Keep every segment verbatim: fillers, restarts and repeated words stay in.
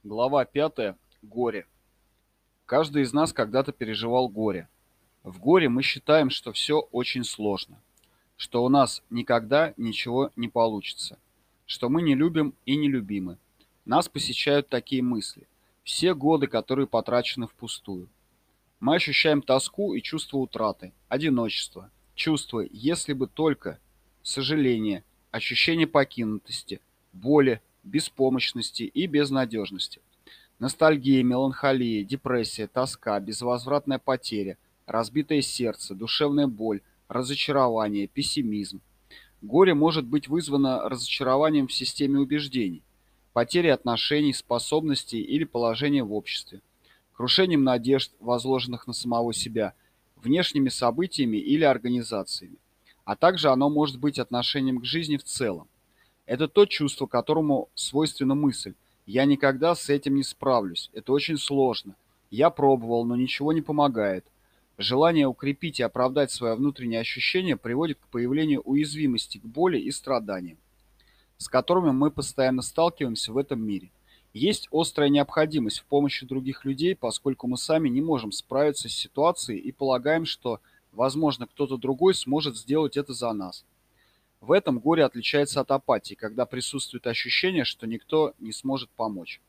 Глава пятая. Горе. Каждый из нас когда-то переживал горе. В горе мы считаем, что все очень сложно, что у нас никогда ничего не получится, что мы не любим и нелюбимы. Нас посещают такие мысли. Все годы, которые потрачены впустую. Мы ощущаем тоску и чувство утраты, одиночество, чувство «если бы только», сожаление, ощущение покинутости, боли, беспомощности и безнадежности. Ностальгия, меланхолия, депрессия, тоска, безвозвратная потеря, разбитое сердце, душевная боль, разочарование, пессимизм. Горе может быть вызвано разочарованием в системе убеждений, потерей отношений, способностей или положения в обществе, крушением надежд, возложенных на самого себя, внешними событиями или организациями. А также оно может быть отношением к жизни в целом. Это то чувство, которому свойственна мысль. Я никогда с этим не справлюсь. Это очень сложно. Я пробовал, но ничего не помогает. Желание укрепить и оправдать свое внутреннее ощущение приводит к появлению уязвимости к боли и страданиям, с которыми мы постоянно сталкиваемся в этом мире. Есть острая необходимость в помощи других людей, поскольку мы сами не можем справиться с ситуацией и полагаем, что, возможно, кто-то другой сможет сделать это за нас. В этом горе отличается от апатии, когда присутствует ощущение, что никто не сможет помочь.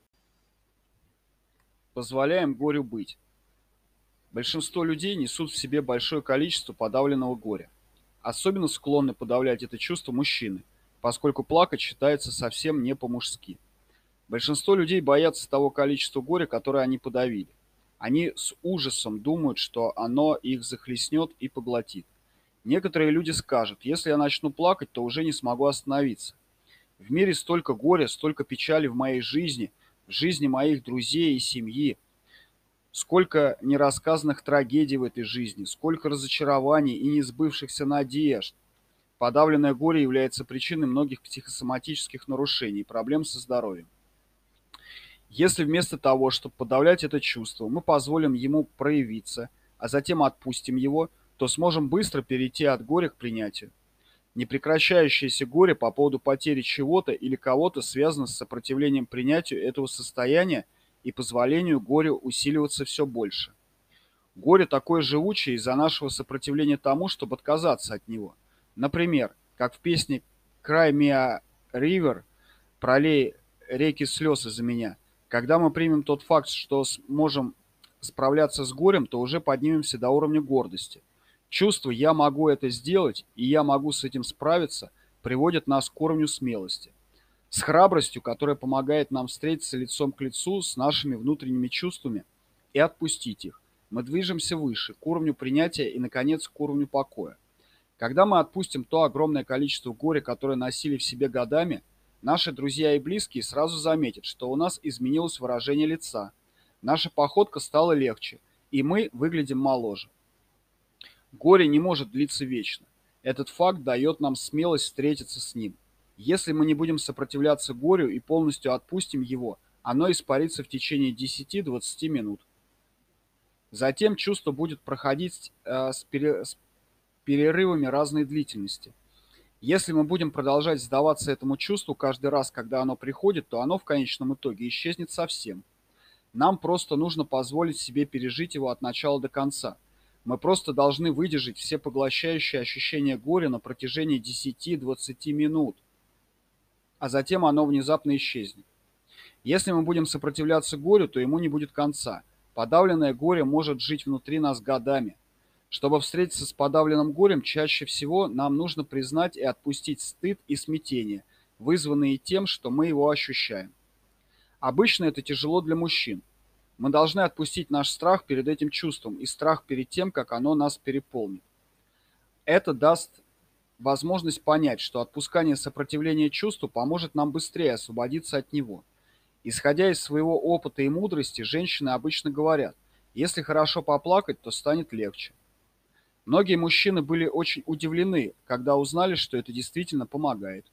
Позволяем горю быть. Большинство людей несут в себе большое количество подавленного горя. Особенно склонны подавлять это чувство мужчины, поскольку плакать считается совсем не по-мужски. Большинство людей боятся того количества горя, которое они подавили. Они с ужасом думают, что оно их захлестнет и поглотит. Некоторые люди скажут: если я начну плакать, то уже не смогу остановиться. В мире столько горя, столько печали в моей жизни, в жизни моих друзей и семьи, сколько нерассказанных трагедий в этой жизни, сколько разочарований и несбывшихся надежд. Подавленное горе является причиной многих психосоматических нарушений и проблем со здоровьем. Если вместо того, чтобы подавлять это чувство, мы позволим ему проявиться, а затем отпустим его, то сможем быстро перейти от горя к принятию. Непрекращающееся горе по поводу потери чего-то или кого-то связано с сопротивлением принятию этого состояния и позволению горю усиливаться все больше. Горе такое живучее из-за нашего сопротивления тому, чтобы отказаться от него. Например, как в песне «Cry me a river» «Пролей реки слез из-за меня». Когда мы примем тот факт, что сможем справляться с горем, то уже поднимемся до уровня гордости. Чувство «я могу это сделать» и «я могу с этим справиться» приводит нас к уровню смелости. С храбростью, которая помогает нам встретиться лицом к лицу с нашими внутренними чувствами и отпустить их. Мы движемся выше, к уровню принятия и, наконец, к уровню покоя. Когда мы отпустим то огромное количество горя, которое носили в себе годами, наши друзья и близкие сразу заметят, что у нас изменилось выражение лица, наша походка стала легче, и мы выглядим моложе. Горе не может длиться вечно. Этот факт дает нам смелость встретиться с ним. Если мы не будем сопротивляться горю и полностью отпустим его, оно испарится в течение десяти-двадцати минут. Затем чувство будет проходить э, с, пере- с перерывами разной длительности. Если мы будем продолжать сдаваться этому чувству каждый раз, когда оно приходит, то оно в конечном итоге исчезнет совсем. Нам просто нужно позволить себе пережить его от начала до конца. Мы просто должны выдержать всепоглощающее ощущение горя на протяжении десяти-двадцати минут, а затем оно внезапно исчезнет. Если мы будем сопротивляться горю, то ему не будет конца. Подавленное горе может жить внутри нас годами. Чтобы встретиться с подавленным горем, чаще всего нам нужно признать и отпустить стыд и смятение, вызванные тем, что мы его ощущаем. Обычно это тяжело для мужчин. Мы должны отпустить наш страх перед этим чувством и страх перед тем, как оно нас переполнит. Это даст возможность понять, что отпускание сопротивления чувству поможет нам быстрее освободиться от него. Исходя из своего опыта и мудрости, женщины обычно говорят: если хорошо поплакать, то станет легче. Многие мужчины были очень удивлены, когда узнали, что это действительно помогает.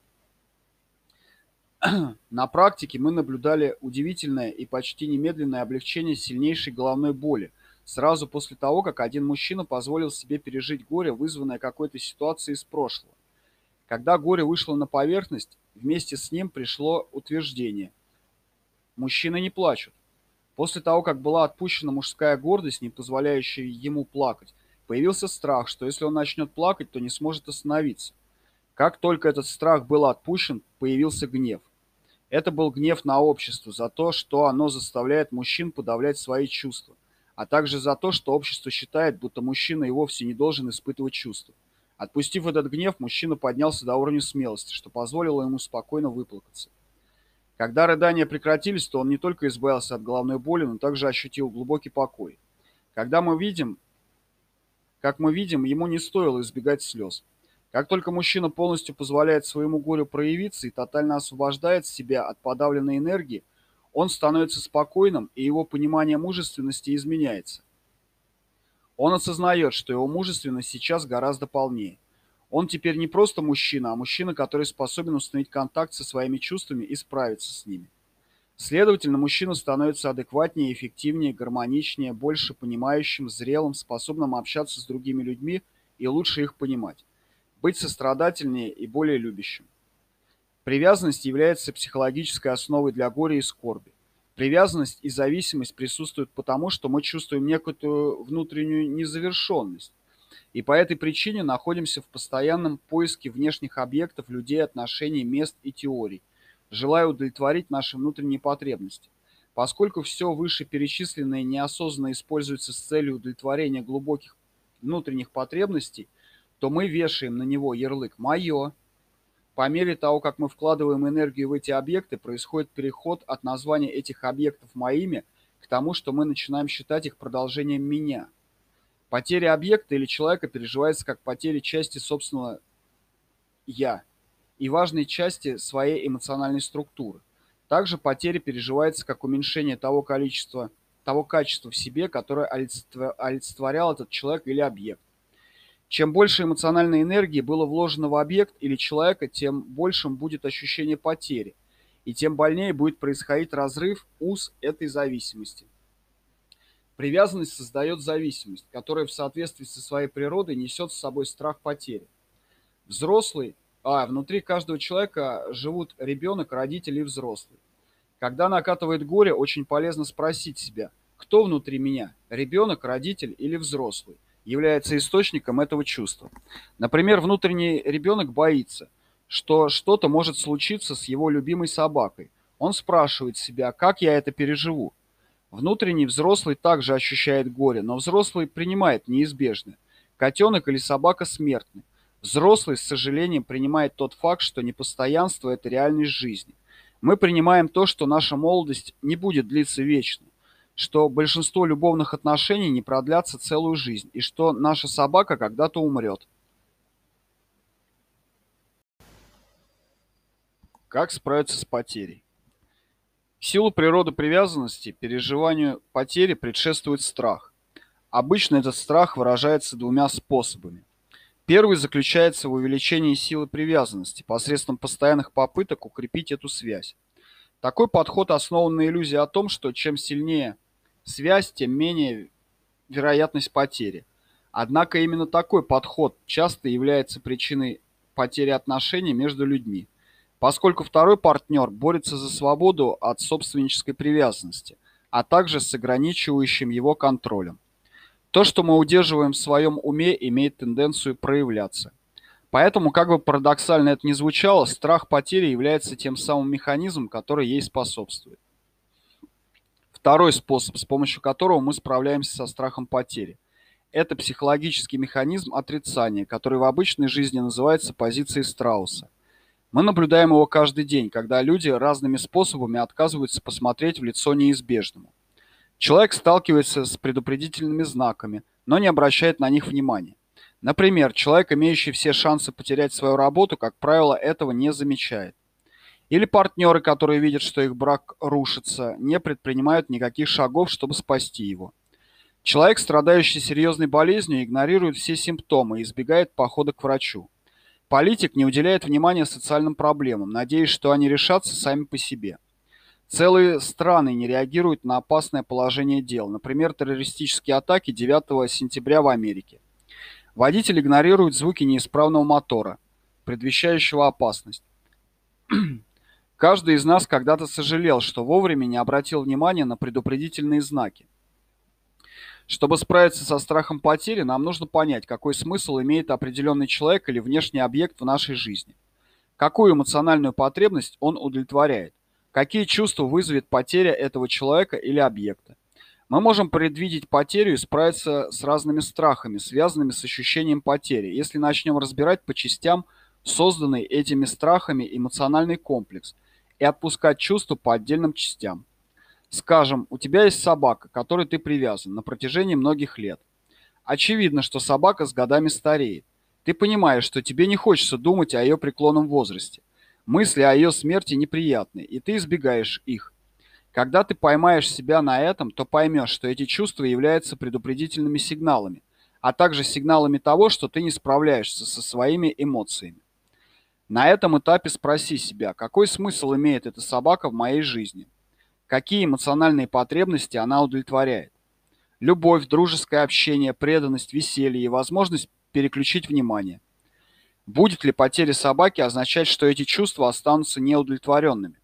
На практике мы наблюдали удивительное и почти немедленное облегчение сильнейшей головной боли сразу после того, как один мужчина позволил себе пережить горе, вызванное какой-то ситуацией из прошлого. Когда горе вышло на поверхность, вместе с ним пришло утверждение: Мужчины не плачут. После того, как была отпущена мужская гордость, не позволяющая ему плакать, появился страх, что если он начнет плакать, то не сможет остановиться. Как только этот страх был отпущен, появился гнев. Это был гнев на общество за то, что оно заставляет мужчин подавлять свои чувства, а также за то, что общество считает, будто мужчина и вовсе не должен испытывать чувства. Отпустив этот гнев, мужчина поднялся до уровня смелости, что позволило ему спокойно выплакаться. Когда рыдания прекратились, то он не только избавился от головной боли, но также ощутил глубокий покой. Когда мы видим, как мы видим, ему не стоило избегать слез. Как только мужчина полностью позволяет своему горю проявиться и тотально освобождает себя от подавленной энергии, он становится спокойным, и его понимание мужественности изменяется. Он осознает, что его мужественность сейчас гораздо полнее. Он теперь не просто мужчина, а мужчина, который способен установить контакт со своими чувствами и справиться с ними. Следовательно, мужчина становится адекватнее, эффективнее, гармоничнее, больше понимающим, зрелым, способным общаться с другими людьми и лучше их понимать, быть сострадательнее и более любящим. Привязанность является психологической основой для горя и скорби. Привязанность и зависимость присутствуют потому, что мы чувствуем некую внутреннюю незавершенность, и по этой причине находимся в постоянном поиске внешних объектов, людей, отношений, мест и теорий, желая удовлетворить наши внутренние потребности. Поскольку все вышеперечисленное неосознанно используется с целью удовлетворения глубоких внутренних потребностей, то мы вешаем на него ярлык «моё». По мере того, как мы вкладываем энергию в эти объекты, происходит переход от названия этих объектов моими к тому, что мы начинаем считать их продолжением меня. Потеря объекта или человека переживается как потеря части собственного «я» и важной части своей эмоциональной структуры. Также потеря переживается как уменьшение того количества, того качества в себе, которое олицетворял этот человек или объект. Чем больше эмоциональной энергии было вложено в объект или человека, тем большим будет ощущение потери, и тем больнее будет происходить разрыв уз этой зависимости. Привязанность создает зависимость, которая в соответствии со своей природой несет с собой страх потери. Взрослый, а внутри каждого человека живут ребенок, родитель и взрослый. Когда накатывает горе, очень полезно спросить себя, кто внутри меня, ребенок, родитель или взрослый, является источником этого чувства. Например, внутренний ребенок боится, что что-то может случиться с его любимой собакой. Он спрашивает себя, как я это переживу. Внутренний взрослый также ощущает горе, но взрослый принимает неизбежное. Котенок или собака смертны. Взрослый с сожалением принимает тот факт, что непостоянство – это реальность жизни. Мы принимаем то, что наша молодость не будет длиться вечно, что большинство любовных отношений не продлятся целую жизнь, и что наша собака когда-то умрет. Как справиться с потерей? В силу природы привязанности, переживанию потери предшествует страх. Обычно этот страх выражается двумя способами. Первый заключается в увеличении силы привязанности посредством постоянных попыток укрепить эту связь. Такой подход основан на иллюзии о том, что чем сильнее связь, тем менее вероятность потери. Однако именно такой подход часто является причиной потери отношений между людьми, поскольку второй партнер борется за свободу от собственнической привязанности, а также с ограничивающим его контролем. То, что мы удерживаем в своем уме, имеет тенденцию проявляться. Поэтому, как бы парадоксально это ни звучало, страх потери является тем самым механизмом, который ей способствует. Второй способ, с помощью которого мы справляемся со страхом потери, это психологический механизм отрицания, который в обычной жизни называется позицией страуса. Мы наблюдаем его каждый день, когда люди разными способами отказываются посмотреть в лицо неизбежному. Человек сталкивается с предупредительными знаками, но не обращает на них внимания. Например, человек, имеющий все шансы потерять свою работу, как правило, этого не замечает. Или партнеры, которые видят, что их брак рушится, не предпринимают никаких шагов, чтобы спасти его. Человек, страдающий серьезной болезнью, игнорирует все симптомы и избегает похода к врачу. Политик не уделяет внимания социальным проблемам, надеясь, что они решатся сами по себе. Целые страны не реагируют на опасное положение дел, например, террористические атаки девятого сентября в Америке. Водитель игнорирует звуки неисправного мотора, предвещающего опасность. Каждый из нас когда-то сожалел, что вовремя не обратил внимания на предупредительные знаки. Чтобы справиться со страхом потери, нам нужно понять, какой смысл имеет определенный человек или внешний объект в нашей жизни. Какую эмоциональную потребность он удовлетворяет? Какие чувства вызовет потеря этого человека или объекта? Мы можем предвидеть потерю и справиться с разными страхами, связанными с ощущением потери, если начнем разбирать по частям созданный этими страхами эмоциональный комплекс и отпускать чувства по отдельным частям. Скажем, у тебя есть собака, к которой ты привязан на протяжении многих лет. Очевидно, что собака с годами стареет. Ты понимаешь, что тебе не хочется думать о ее преклонном возрасте. Мысли о ее смерти неприятны, и ты избегаешь их. Когда ты поймаешь себя на этом, то поймешь, что эти чувства являются предупредительными сигналами, а также сигналами того, что ты не справляешься со своими эмоциями. На этом этапе спроси себя, какой смысл имеет эта собака в моей жизни? Какие эмоциональные потребности она удовлетворяет? Любовь, дружеское общение, преданность, веселье и возможность переключить внимание. Будет ли потеря собаки означать, что эти чувства останутся неудовлетворенными?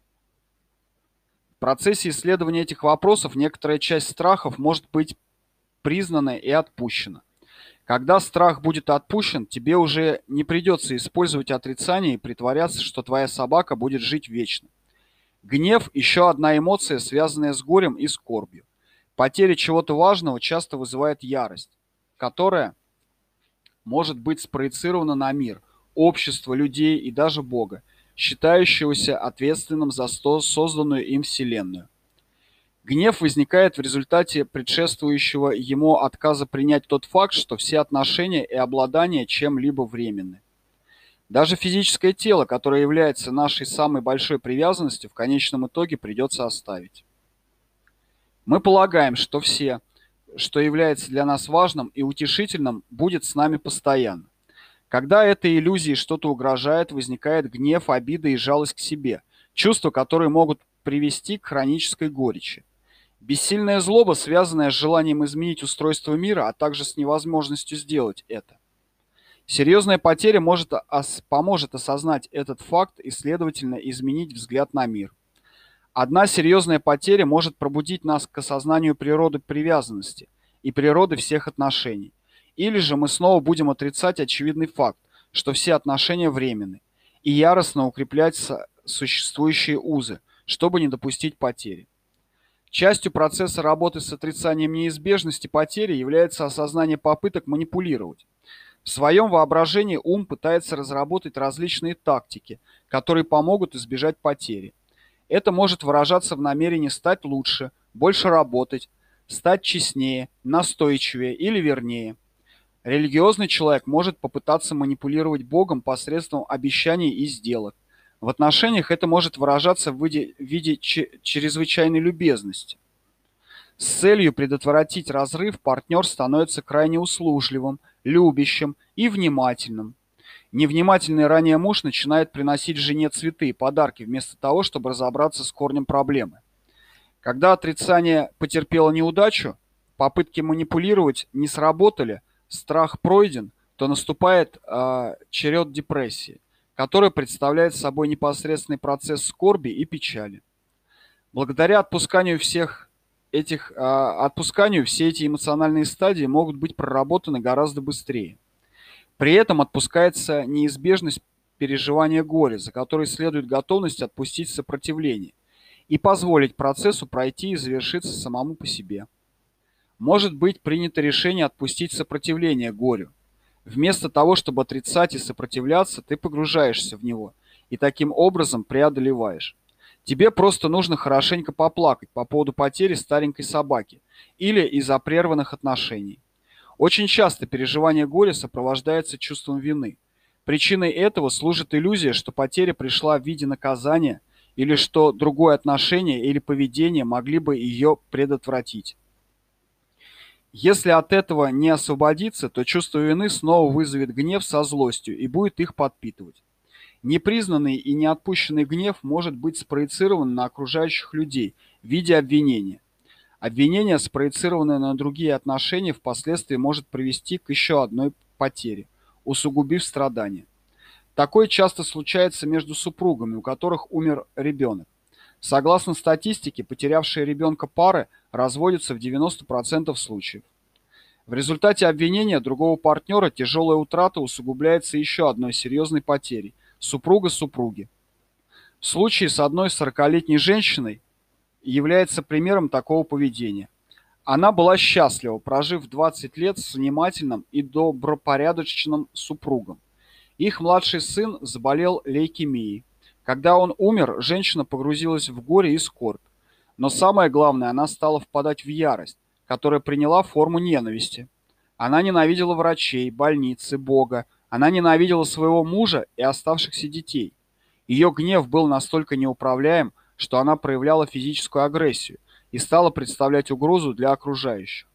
В процессе исследования этих вопросов некоторая часть страхов может быть признана и отпущена. Когда страх будет отпущен, тебе уже не придется использовать отрицание и притворяться, что твоя собака будет жить вечно. Гнев – еще одна эмоция, связанная с горем и скорбью. Потеря чего-то важного часто вызывает ярость, которая может быть спроецирована на мир, общество, людей и даже Бога, считающегося ответственным за созданную им Вселенную. Гнев возникает в результате предшествующего ему отказа принять тот факт, что все отношения и обладание чем-либо временны. Даже физическое тело, которое является нашей самой большой привязанностью, в конечном итоге придется оставить. Мы полагаем, что все, что является для нас важным и утешительным, будет с нами постоянно. Когда этой иллюзии что-то угрожает, возникает гнев, обида и жалость к себе, чувства, которые могут привести к хронической горечи. Бессильная злоба, связанная с желанием изменить устройство мира, а также с невозможностью сделать это. Серьезная потеря может ос- поможет осознать этот факт и, следовательно, изменить взгляд на мир. Одна серьезная потеря может пробудить нас к осознанию природы привязанности и природы всех отношений. Или же мы снова будем отрицать очевидный факт, что все отношения временны, и яростно укреплять со- существующие узы, чтобы не допустить потери. Частью процесса работы с отрицанием неизбежности потери является осознание попыток манипулировать. В своем воображении ум пытается разработать различные тактики, которые помогут избежать потери. Это может выражаться в намерении стать лучше, больше работать, стать честнее, настойчивее или вернее. Религиозный человек может попытаться манипулировать Богом посредством обещаний и сделок. В отношениях это может выражаться в виде, в виде че- чрезвычайной любезности. С целью предотвратить разрыв партнер становится крайне услужливым, любящим и внимательным. Невнимательный ранее муж начинает приносить жене цветы и подарки вместо того, чтобы разобраться с корнем проблемы. Когда отрицание потерпело неудачу, попытки манипулировать не сработали, страх пройден, то наступает э, черед депрессии, которая представляет собой непосредственный процесс скорби и печали. Благодаря отпусканию всех этих, э, отпусканию все эти эмоциональные стадии могут быть проработаны гораздо быстрее. При этом отпускается неизбежность переживания горя, за которой следует готовность отпустить сопротивление и позволить процессу пройти и завершиться самому по себе. Может быть принято решение отпустить сопротивление горю. Вместо того, чтобы отрицать и сопротивляться, ты погружаешься в него и таким образом преодолеваешь. Тебе просто нужно хорошенько поплакать по поводу потери старенькой собаки или из-за прерванных отношений. Очень часто переживание горя сопровождается чувством вины. Причиной этого служит иллюзия, что потеря пришла в виде наказания или что другое отношение или поведение могли бы ее предотвратить. Если от этого не освободиться, то чувство вины снова вызовет гнев со злостью и будет их подпитывать. Непризнанный и неотпущенный гнев может быть спроецирован на окружающих людей в виде обвинения. Обвинение, спроецированное на другие отношения, впоследствии может привести к еще одной потере, усугубив страдания. Такое часто случается между супругами, у которых умер ребенок. Согласно статистике, потерявшие ребенка пары разводятся в девяноста процентах случаев. В результате обвинения другого партнера тяжелая утрата усугубляется еще одной серьезной потерей – супруга супруги. В случае с одной сорокалетней женщиной является примером такого поведения. Она была счастлива, прожив двадцать лет с внимательным и добропорядочным супругом. Их младший сын заболел лейкемией. Когда он умер, женщина погрузилась в горе и скорбь. Но самое главное, она стала впадать в ярость, которая приняла форму ненависти. Она ненавидела врачей, больницы, Бога. Она ненавидела своего мужа и оставшихся детей. Ее гнев был настолько неуправляем, что она проявляла физическую агрессию и стала представлять угрозу для окружающих.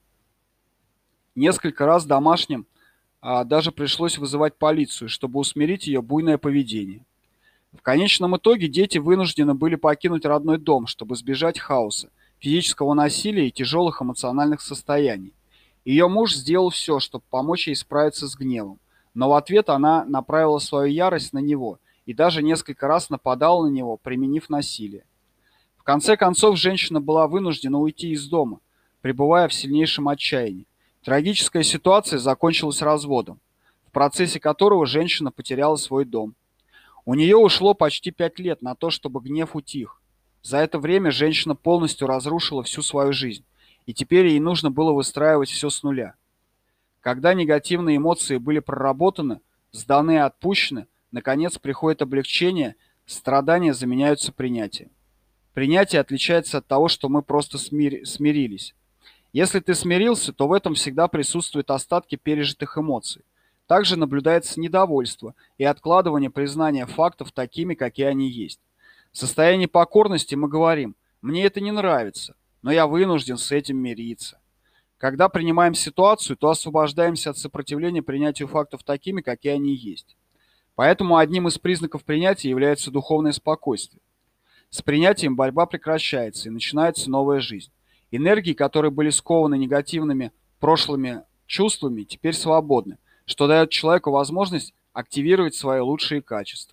Несколько раз домашним а, даже пришлось вызывать полицию, чтобы усмирить ее буйное поведение. В конечном итоге дети вынуждены были покинуть родной дом, чтобы избежать хаоса, физического насилия и тяжелых эмоциональных состояний. Ее муж сделал все, чтобы помочь ей справиться с гневом, но в ответ она направила свою ярость на него и даже несколько раз нападала на него, применив насилие. В конце концов, женщина была вынуждена уйти из дома, пребывая в сильнейшем отчаянии. Трагическая ситуация закончилась разводом, в процессе которого женщина потеряла свой дом. У нее ушло почти пять лет на то, чтобы гнев утих. За это время женщина полностью разрушила всю свою жизнь, и теперь ей нужно было выстраивать все с нуля. Когда негативные эмоции были проработаны, сданы и отпущены, наконец приходит облегчение, страдания заменяются принятием. Принятие отличается от того, что мы просто смир... смирились. Если ты смирился, то в этом всегда присутствуют остатки пережитых эмоций. Также наблюдается недовольство и откладывание признания фактов такими, какие они есть. В состоянии покорности мы говорим: «Мне это не нравится, но я вынужден с этим мириться». Когда принимаем ситуацию, то освобождаемся от сопротивления принятию фактов такими, какие они есть. Поэтому одним из признаков принятия является духовное спокойствие. С принятием борьба прекращается и начинается новая жизнь. Энергии, которые были скованы негативными прошлыми чувствами, теперь свободны, что дает человеку возможность активировать свои лучшие качества.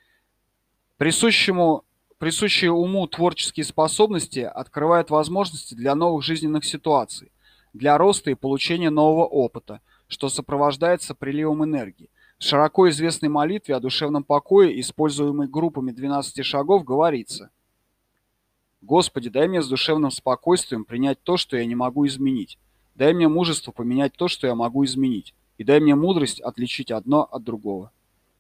Присущему, присущие уму творческие способности открывают возможности для новых жизненных ситуаций, для роста и получения нового опыта, что сопровождается приливом энергии. В широко известной молитве о душевном покое, используемой группами двенадцати шагов, говорится: «Господи, дай мне с душевным спокойствием принять то, что я не могу изменить. Дай мне мужество поменять то, что я могу изменить. И дай мне мудрость отличить одно от другого».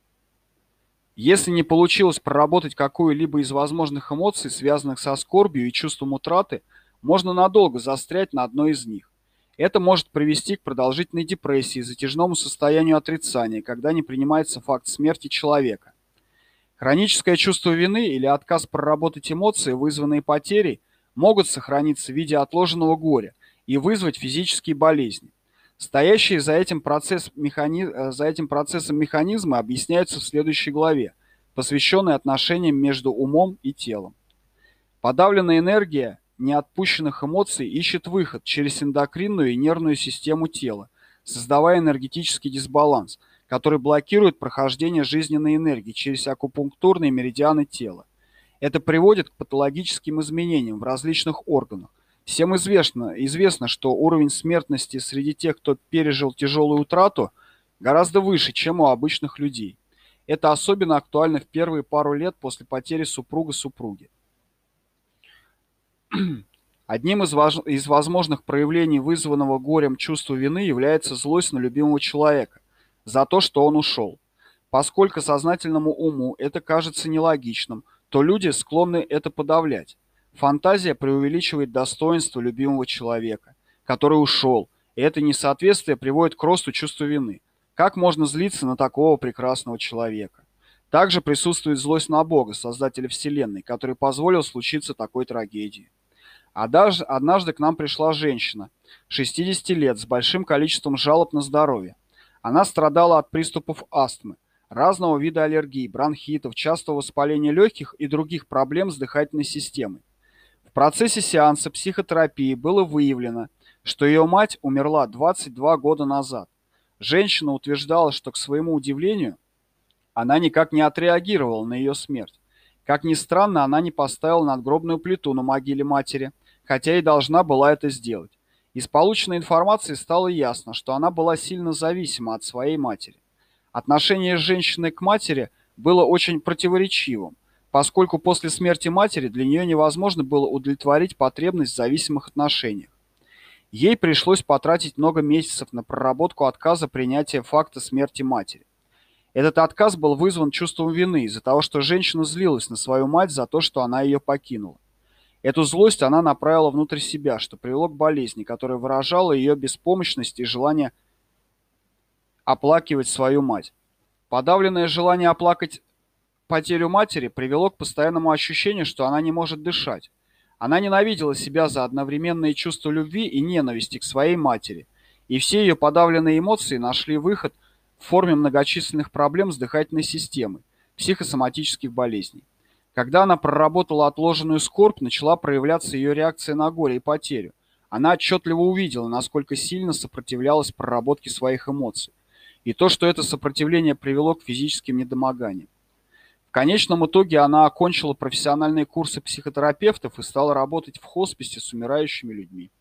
Если не получилось проработать какую-либо из возможных эмоций, связанных со скорбью и чувством утраты, можно надолго застрять на одной из них. Это может привести к продолжительной депрессии, затяжному состоянию отрицания, когда не принимается факт смерти человека. Хроническое чувство вины или отказ проработать эмоции, вызванные потерей, могут сохраниться в виде отложенного горя и вызвать физические болезни. Стоящие за этим, процесс, механи... за этим процессом механизмы объясняются в следующей главе, посвященной отношениям между умом и телом. Подавленная энергия неотпущенных эмоций ищет выход через эндокринную и нервную систему тела, создавая энергетический дисбаланс, который блокирует прохождение жизненной энергии через акупунктурные меридианы тела. Это приводит к патологическим изменениям в различных органах. Всем известно, известно, что уровень смертности среди тех, кто пережил тяжелую утрату, гораздо выше, чем у обычных людей. Это особенно актуально в первые пару лет после потери супруга-супруги. Одним из, вож... из возможных проявлений вызванного горем чувства вины является злость на любимого человека за то, что он ушел. Поскольку сознательному уму это кажется нелогичным, то люди склонны это подавлять. Фантазия преувеличивает достоинство любимого человека, который ушел, и это несоответствие приводит к росту чувства вины. Как можно злиться на такого прекрасного человека? Также присутствует злость на Бога, Создателя Вселенной, который позволил случиться такой трагедии. Однажды, однажды к нам пришла женщина, шестидесяти лет, с большим количеством жалоб на здоровье. Она страдала от приступов астмы, разного вида аллергий, бронхитов, частого воспаления легких и других проблем с дыхательной системой. В процессе сеанса психотерапии было выявлено, что ее мать умерла двадцать два года назад. Женщина утверждала, что, к своему удивлению, Она никак не отреагировала на ее смерть. Как ни странно, она не поставила надгробную плиту на могиле матери, хотя и должна была это сделать. Из полученной информации стало ясно, что она была сильно зависима от своей матери. Отношение женщины к матери было очень противоречивым, поскольку после смерти матери для нее невозможно было удовлетворить потребность в зависимых отношениях. Ей пришлось потратить много месяцев на проработку отказа принятия факта смерти матери. Этот отказ был вызван чувством вины из-за того, что женщина злилась на свою мать за то, что она ее покинула. Эту злость она направила внутрь себя, что привело к болезни, которая выражала ее беспомощность и желание оплакивать свою мать. Подавленное желание оплакать потерю матери привело к постоянному ощущению, что она не может дышать. Она ненавидела себя за одновременные чувства любви и ненависти к своей матери, и все ее подавленные эмоции нашли выход в форме многочисленных проблем с дыхательной системой, психосоматических болезней. Когда она проработала отложенную скорбь, начала проявляться ее реакция на горе и потерю. Она отчетливо увидела, насколько сильно сопротивлялась проработке своих эмоций, и то, что это сопротивление привело к физическим недомоганиям. В конечном итоге она окончила профессиональные курсы психотерапевтов и стала работать в хосписе с умирающими людьми.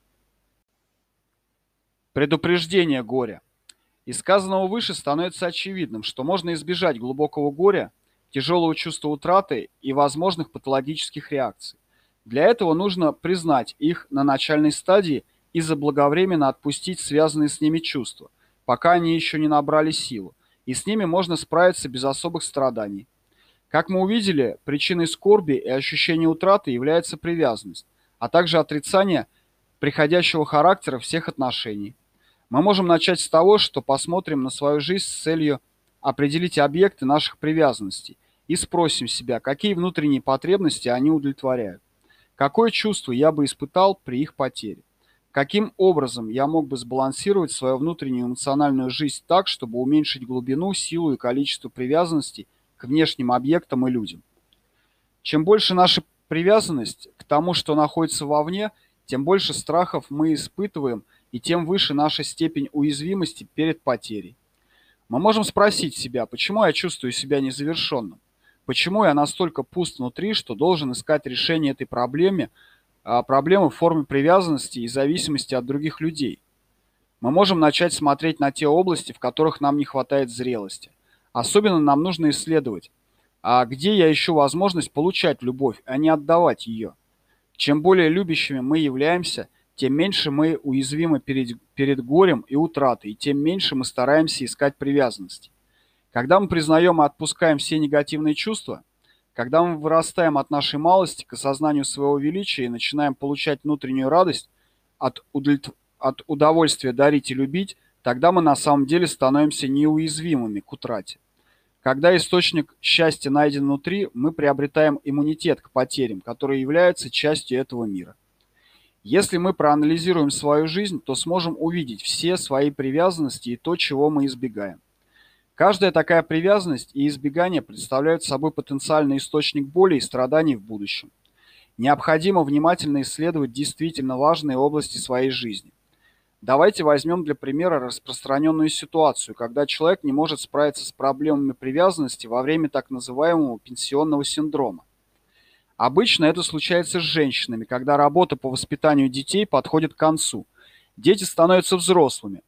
Предупреждение горя. Из сказанного выше становится очевидным, что можно избежать глубокого горя, тяжелого чувства утраты и возможных патологических реакций. Для этого нужно признать их на начальной стадии и заблаговременно отпустить связанные с ними чувства, пока они еще не набрали силу, и с ними можно справиться без особых страданий. Как мы увидели, причиной скорби и ощущения утраты является привязанность, а также отрицание приходящего характера всех отношений. Мы можем начать с того, что посмотрим на свою жизнь с целью определить объекты наших привязанностей и спросим себя, какие внутренние потребности они удовлетворяют. Какое чувство я бы испытал при их потере? Каким образом я мог бы сбалансировать свою внутреннюю эмоциональную жизнь так, чтобы уменьшить глубину, силу и количество привязанностей к внешним объектам и людям? Чем больше наша привязанность к тому, что находится вовне, тем больше страхов мы испытываем, и тем выше наша степень уязвимости перед потерей. Мы можем спросить себя, почему я чувствую себя незавершенным? Почему я настолько пуст внутри, что должен искать решение этой проблемы, а, проблемы в форме привязанности и зависимости от других людей? Мы можем начать смотреть на те области, в которых нам не хватает зрелости. Особенно нам нужно исследовать, а где я ищу возможность получать любовь, а не отдавать ее. Чем более любящими мы являемся, тем меньше мы уязвимы перед, перед горем и утратой, и тем меньше мы стараемся искать привязанности. Когда мы признаем и отпускаем все негативные чувства, когда мы вырастаем от нашей малости к осознанию своего величия и начинаем получать внутреннюю радость от, удовлет... от удовольствия дарить и любить, тогда мы на самом деле становимся неуязвимыми к утрате. Когда источник счастья найден внутри, мы приобретаем иммунитет к потерям, которые являются частью этого мира. Если мы проанализируем свою жизнь, то сможем увидеть все свои привязанности и то, чего мы избегаем. Каждая такая привязанность и избегание представляют собой потенциальный источник боли и страданий в будущем. Необходимо внимательно исследовать действительно важные области своей жизни. Давайте возьмем для примера распространенную ситуацию, когда человек не может справиться с проблемами привязанности во время так называемого пенсионного синдрома. Обычно это случается с женщинами, когда работа по воспитанию детей подходит к концу. Дети становятся взрослыми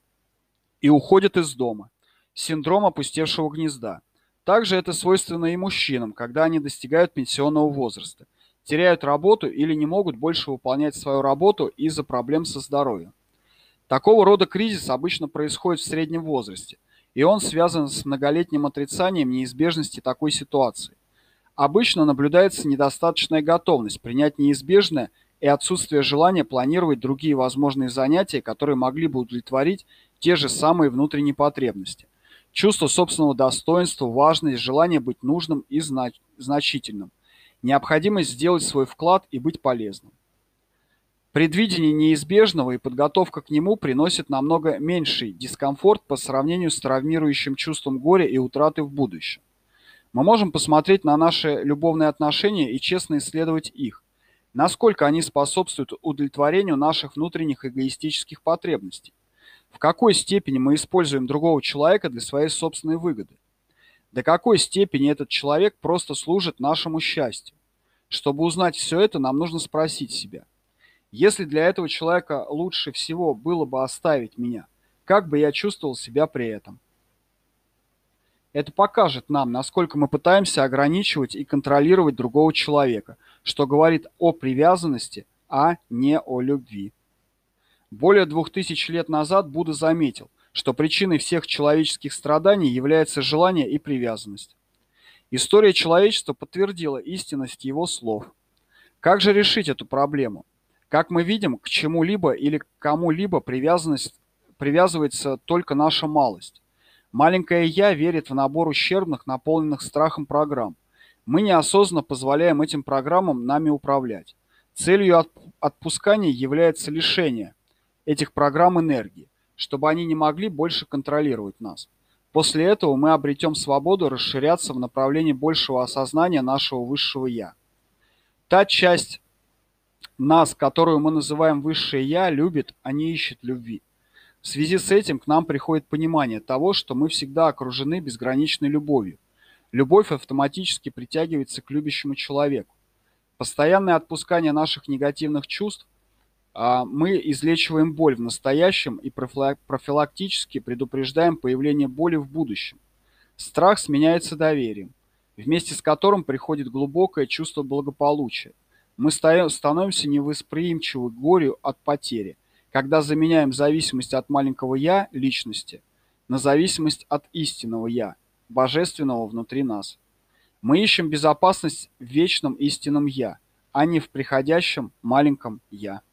и уходят из дома. Синдром опустевшего гнезда. Также это свойственно и мужчинам, когда они достигают пенсионного возраста, теряют работу или не могут больше выполнять свою работу из-за проблем со здоровьем. Такого рода кризис обычно происходит в среднем возрасте, и он связан с многолетним отрицанием неизбежности такой ситуации. Обычно наблюдается недостаточная готовность принять неизбежное и отсутствие желания планировать другие возможные занятия, которые могли бы удовлетворить те же самые внутренние потребности. Чувство собственного достоинства, важность, желание быть нужным и знач- значительным, необходимость сделать свой вклад и быть полезным. Предвидение неизбежного и подготовка к нему приносит намного меньший дискомфорт по сравнению с травмирующим чувством горя и утраты в будущем. Мы можем посмотреть на наши любовные отношения и честно исследовать их, насколько они способствуют удовлетворению наших внутренних эгоистических потребностей, в какой степени мы используем другого человека для своей собственной выгоды. До какой степени этот человек просто служит нашему счастью? Чтобы узнать все это, нам нужно спросить себя: если для этого человека лучше всего было бы оставить меня, как бы я чувствовал себя при этом? Это покажет нам, насколько мы пытаемся ограничивать и контролировать другого человека, что говорит о привязанности, а не о любви. Более двух тысяч лет назад Будда заметил, что причиной всех человеческих страданий является желание и привязанность. История человечества подтвердила истинность его слов. Как же решить эту проблему? Как мы видим, к чему-либо или к кому-либо привязанность привязывается только наша малость. Маленькое «я» верит в набор ущербных, наполненных страхом программ. Мы неосознанно позволяем этим программам нами управлять. Целью от- отпускания является лишение этих программ энергии, чтобы они не могли больше контролировать нас. После этого мы обретем свободу расширяться в направлении большего осознания нашего высшего «я». Та часть нас, которую мы называем высшее «я», любит, а не ищет любви. В связи с этим к нам приходит понимание того, что мы всегда окружены безграничной любовью. Любовь автоматически притягивается к любящему человеку. Постоянное отпускание наших негативных чувств, а, мы излечиваем боль в настоящем и профила- профилактически предупреждаем появление боли в будущем. Страх сменяется доверием, вместе с которым приходит глубокое чувство благополучия. Мы ста- становимся невосприимчивы к горю от потери, когда заменяем зависимость от маленького «я» личности на зависимость от истинного «я», божественного внутри нас. Мы ищем безопасность в вечном истинном «я», а не в приходящем маленьком «я».